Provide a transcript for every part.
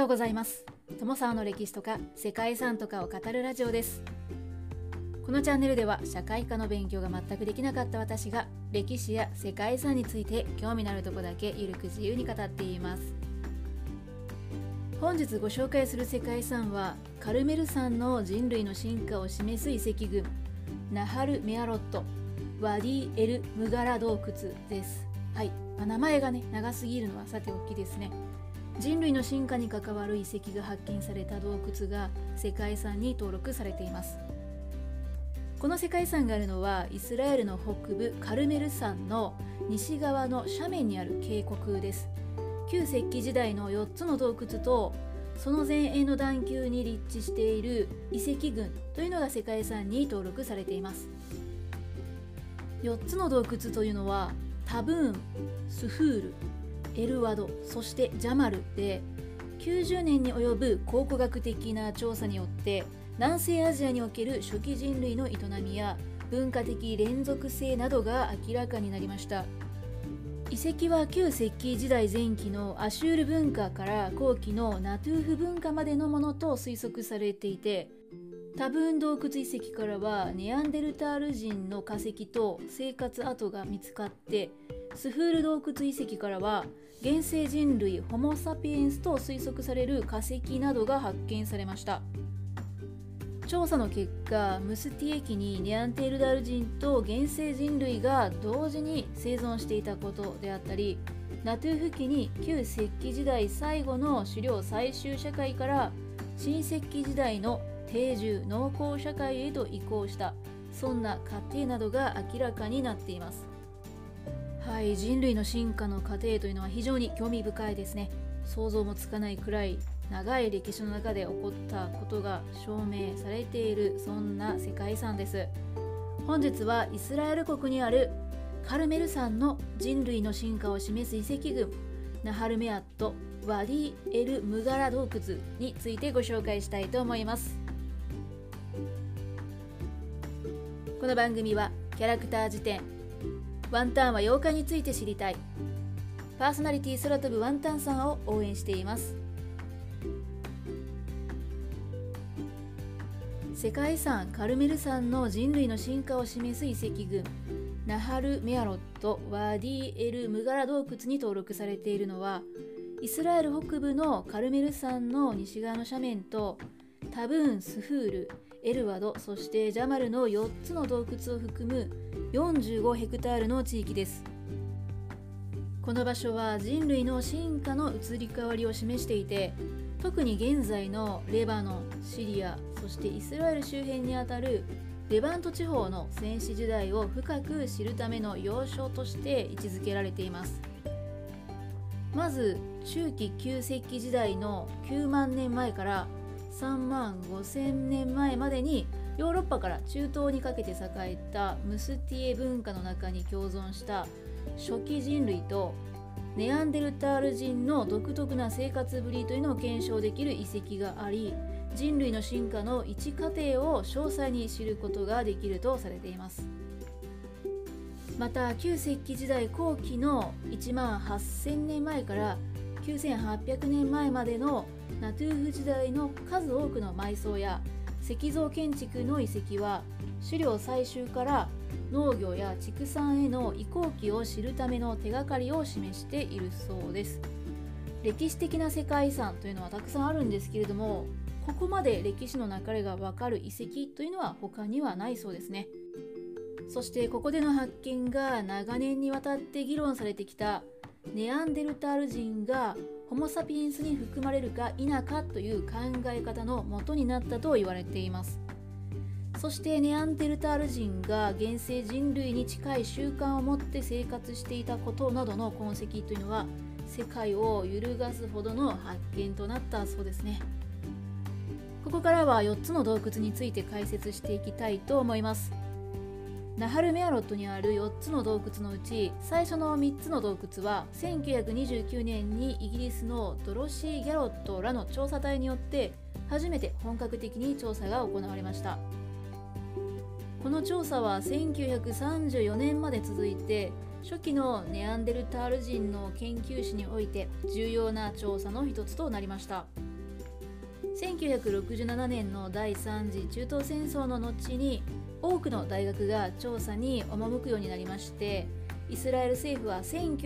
ようございます。友沢の歴史とか世界遺産とかを語るラジオです。このチャンネルでは社会科の勉強が全くできなかった私が歴史や世界遺産について興味のあるところだけゆるく自由に語っています。本日ご紹介する世界遺産はカルメル山の人類の進化を示す遺跡群ナハル・メアロット・ワディ・エル・ムガラ洞窟です。はい、名前が長すぎるのはさておきですね。人類の進化に関わる遺跡が発見された洞窟が世界遺産に登録されています。この世界遺産があるのはイスラエルの北部カルメル山の西側の斜面にある渓谷です。旧石器時代の4つの洞窟とその前縁の段丘に立地している遺跡群というのが世界遺産に登録されています。4つの洞窟というのはタブーン、スフール、エルワド、そしてジャマルで90年に及ぶ考古学的な調査によって南西アジアにおける初期人類の営みや文化的連続性などが明らかになりました。遺跡は旧石器時代前期のアシュール文化から後期のナトゥーフ文化までのものと推測されていて、タブーン洞窟遺跡からはネアンデルタール人の化石と生活跡が見つかって、スフール洞窟遺跡からは現生人類ホモ・サピエンスと推測される化石などが発見されました。調査の結果、ムスティエ期にネアンテルダル人と現生人類が同時に生存していたことであったり、ナトゥーフ期に旧石器時代最後の狩猟採集社会から新石器時代の定住農耕社会へと移行した、そんな過程などが明らかになっています。はい、人類の進化の過程というのは非常に興味深いですね。想像もつかないくらい長い歴史の中で起こったことが証明されている、そんな世界遺産です。本日はイスラエル国にあるカルメル山の人類の進化を示す遺跡群ナハルメアット・ワディ・エル・ムガラ洞窟についてご紹介したいと思います。この番組はキャラクター辞典ワンタンは妖怪について知りたい、パーソナリティ空飛ぶワンタンさんを応援しています。世界遺産カルメル山の人類の進化を示す遺跡群ナハル・メアロット・ワディ・エル・ムガラ洞窟に登録されているのはイスラエル北部のカルメル山の西側の斜面とタブーン、スフール、エルワド、そしてジャマルの4つの洞窟を含む45ヘクタールの地域です。この場所は人類の進化の移り変わりを示していて、特に現在のレバノン、シリア、そしてイスラエル周辺にあたるレバント地方の先史時代を深く知るための要衝として位置づけられています。まず中期旧石器時代の9万年前から3万5000年前までにヨーロッパから中東にかけて栄えたムスティエ文化の中に共存した初期人類とネアンデルタール人の独特な生活ぶりというのを検証できる遺跡があり、人類の進化の一過程を詳細に知ることができるとされています。また旧石器時代後期の1万8000年前から9800年前までのナトゥーフ時代の数多くの埋葬や石像建築の遺跡は狩猟採集から農業や畜産への移行期を知るための手がかりを示しているそうです。歴史的な世界遺産というのはたくさんあるんですけれども、ここまで歴史の流れがわかる遺跡というのは他にはないそうですね。そしてここでの発見が長年にわたって議論されてきたネアンデルタール人がホモ・サピエンスに含まれるか否かという考え方の元になったと言われています。そしてネアンデルタール人が現生人類に近い習慣を持って生活していたことなどの痕跡というのは世界を揺るがすほどの発見となったそうですね。ここからは4つの洞窟について解説していきたいと思います。ナハル・メアロットにある4つの洞窟のうち最初の3つの洞窟は1929年にイギリスのドロシー・ギャロットらの調査隊によって初めて本格的に調査が行われました。この調査は1934年まで続いて初期のネアンデルタール人の研究史において重要な調査の一つとなりました。 1967年の第3次中東戦争の後に多くの大学が調査に赴くようになりまして、イスラエル政府は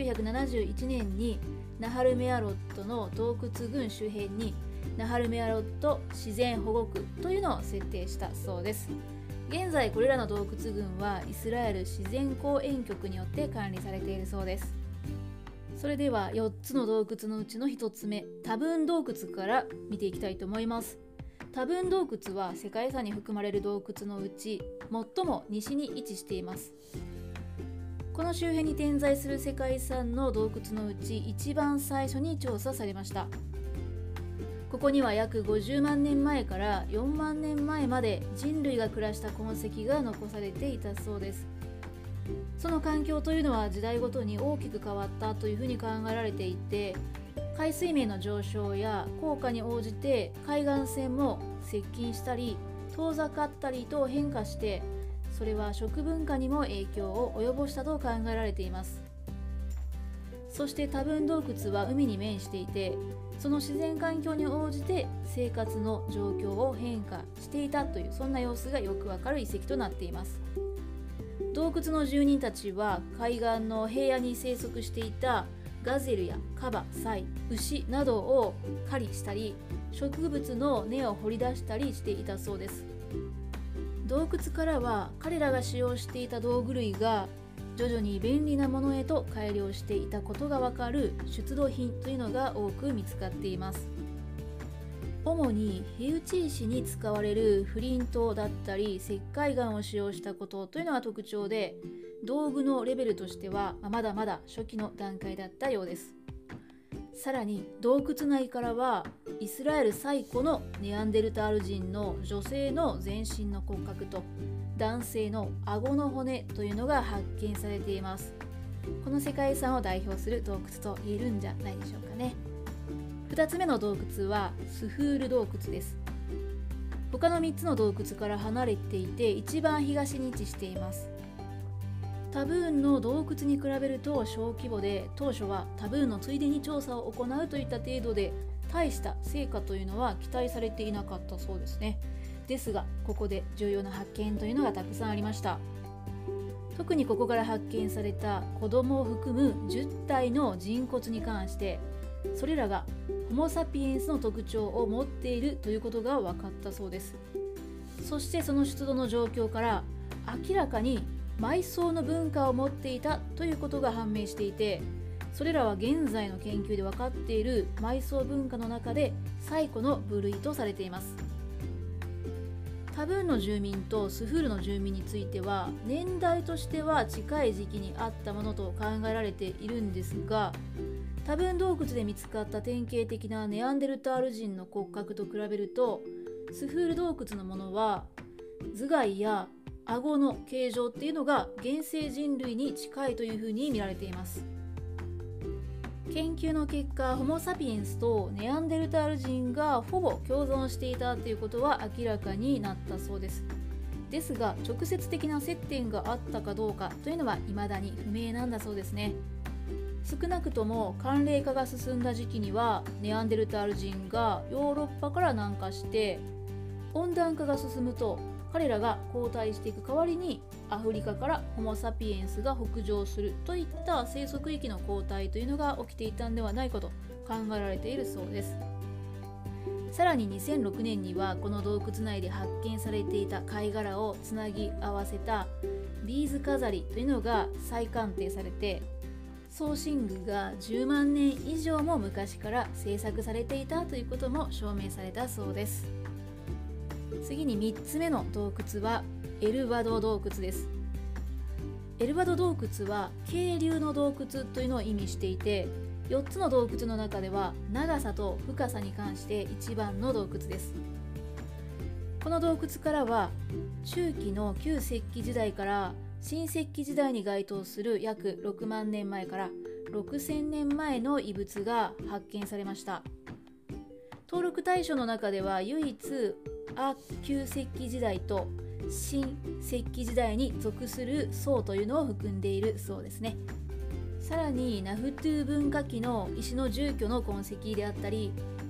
1971年にナハルメアロットの洞窟群周辺にナハルメアロット自然保護区というのを設定したそうです。現在これらの洞窟群はイスラエル自然公園局によって管理されているそうです。それでは4つの洞窟のうちの1つ目、タブーン洞窟から見ていきたいと思います。タブーン洞窟は世界遺産に含まれる洞窟のうち最も西に位置しています。この周辺に点在する世界遺産の洞窟のうち一番最初に調査されました。ここには約50万年前から4万年前まで人類が暮らした痕跡が残されていたそうです。その環境というのは時代ごとに大きく変わったというふうに考えられていて、海水面の上昇や降下に応じて海岸線も接近したり遠ざかったりと変化して、それは食文化にも影響を及ぼしたと考えられています。そしてタブーン洞窟は海に面していて、その自然環境に応じて生活の状況を変化していたという、そんな様子がよくわかる遺跡となっています。洞窟の住人たちは海岸の平野に生息していたガゼルやカバ、サイ、牛などを狩りしたり、植物の根を掘り出したりしていたそうです。洞窟からは彼らが使用していた道具類が徐々に便利なものへと改良していたことがわかる出土品というのが多く見つかっています。主に火打ち石に使われるフリントだったり石灰岩を使用したことというのが特徴で、道具のレベルとしてはまだまだ初期の段階だったようです。さらに洞窟内からはイスラエル最古のネアンデルタール人の女性の全身の骨格と男性の顎の骨というのが発見されています。この世界遺産を代表する洞窟と言えるんじゃないでしょうかね。2つ目の洞窟はスフール洞窟です。他の3つの洞窟から離れていて一番東に位置しています。タブーンの洞窟に比べると小規模で、当初はタブーンのついでに調査を行うといった程度で大した成果というのは期待されていなかったそうですね。ですがここで重要な発見というのがたくさんありました。特にここから発見された子供を含む10体の人骨に関して、それらがホモ・サピエンスの特徴を持っているということが分かったそうです。そしてその出土の状況から明らかに埋葬の文化を持っていたということが判明していて、それらは現在の研究で分かっている埋葬文化の中で最古の部類とされています。タブーンの住民とスフールの住民については年代としては近い時期にあったものと考えられているんですが、タブーン洞窟で見つかった典型的なネアンデルタール人の骨格と比べると、スフール洞窟のものは頭蓋や顎の形状っていうのが現生人類に近いというふうに見られています。研究の結果、ホモ・サピエンスとネアンデルタール人がほぼ共存していたということは明らかになったそうです。ですが直接的な接点があったかどうかというのは未だに不明なんだそうですね。少なくとも寒冷化が進んだ時期にはネアンデルタール人がヨーロッパから南下して、温暖化が進むと彼らが後退していく代わりにアフリカからホモ・サピエンスが北上するといった生息域の後退というのが起きていたんではないかと考えられているそうです。さらに2006年にはこの洞窟内で発見されていた貝殻をつなぎ合わせたビーズ飾りというのが再鑑定されて、装身具が10万年以上も昔から制作されていたということも証明されたそうです。次に3つ目の洞窟はエルワド洞窟です。エルワド洞窟は渓流の洞窟というのを意味していて、4つの洞窟の中では長さと深さに関して一番の洞窟です。この洞窟からは中期の旧石器時代から新石器時代に該当する約6万年前から6000年前の遺物が発見されました。登録対象の中では唯一旧石器時代と新石器時代に属する層というのを含んでいるそうですね。さらにナフトゥ文化期の石の住居の痕跡であったり、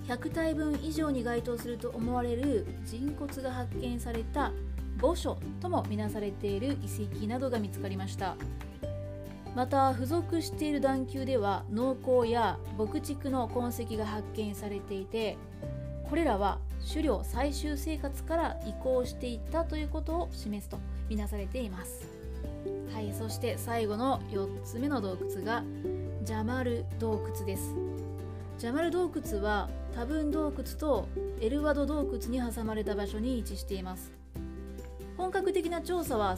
100体分以上に該当すると思われる人骨が発見された墓所ともみなされている遺跡などが見つかりました。また付属している段丘では農耕や牧畜の痕跡が発見されていて、これらは狩猟採集生活から移行していったということを示すとみなされています。はい、そして最後の4つ目の洞窟がジャマル洞窟です。ジャマル洞窟はタブン洞窟とエルワド洞窟に挟まれた場所に位置しています。本格的な調査は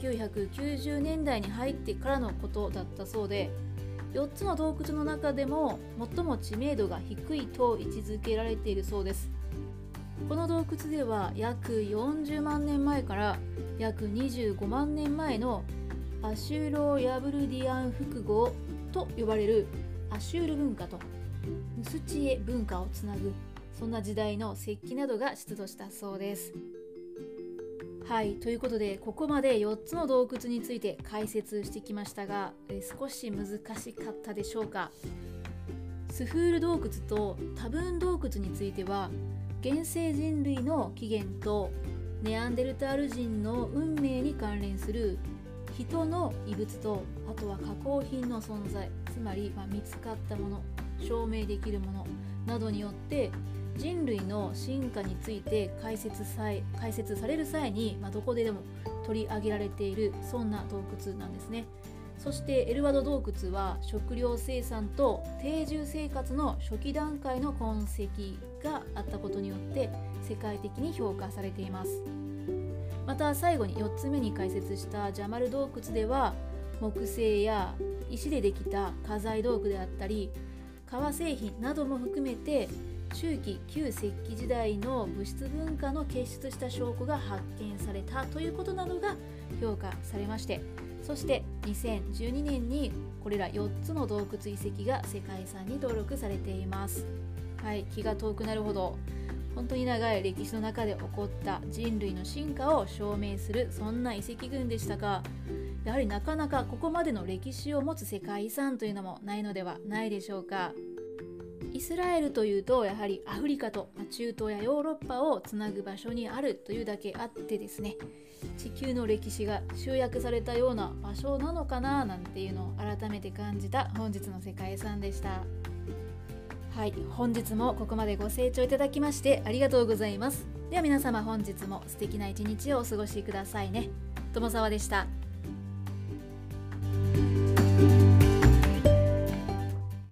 1990年代に入ってからのことだったそうで、4つの洞窟の中でも最も知名度が低いと位置づけられているそうです。この洞窟では約40万年前から約25万年前のアシューロ・ヤブルディアン複合と呼ばれるアシュール文化とヌスチエ文化をつなぐ、そんな時代の石器などが出土したそうです。はい、ということでここまで4つの洞窟について解説してきましたが、少し難しかったでしょうか。スフール洞窟とタブーン洞窟については現世人類の起源とネアンデルタール人の運命に関連する人の遺物と、あとは加工品の存在、つまり見つかったもの、証明できるものなどによって人類の進化について解説される際に、どこでも取り上げられている、そんな洞窟なんですね。そしてエルワド洞窟は食料生産と定住生活の初期段階の痕跡があったことによって世界的に評価されています。また最後に4つ目に解説したジャマル洞窟では木製や石でできた家財道具であったり革製品なども含めて中期旧石器時代の物質文化の結出した証拠が発見されたということなどが評価されまして、そして2012年にこれら4つの洞窟遺跡が世界遺産に登録されています。はい、気が遠くなるほど本当に長い歴史の中で起こった人類の進化を証明する、そんな遺跡群でしたが、やはりなかなかここまでの歴史を持つ世界遺産というのもないのではないでしょうか。イスラエルというとやはりアフリカと中東やヨーロッパをつなぐ場所にあるというだけあってですね、地球の歴史が集約されたような場所なのかななんていうのを改めて感じた本日の世界遺産でした。はい、本日もここまでご清聴いただきましてありがとうございます。では皆様、本日も素敵な一日をお過ごしくださいね。友沢でした。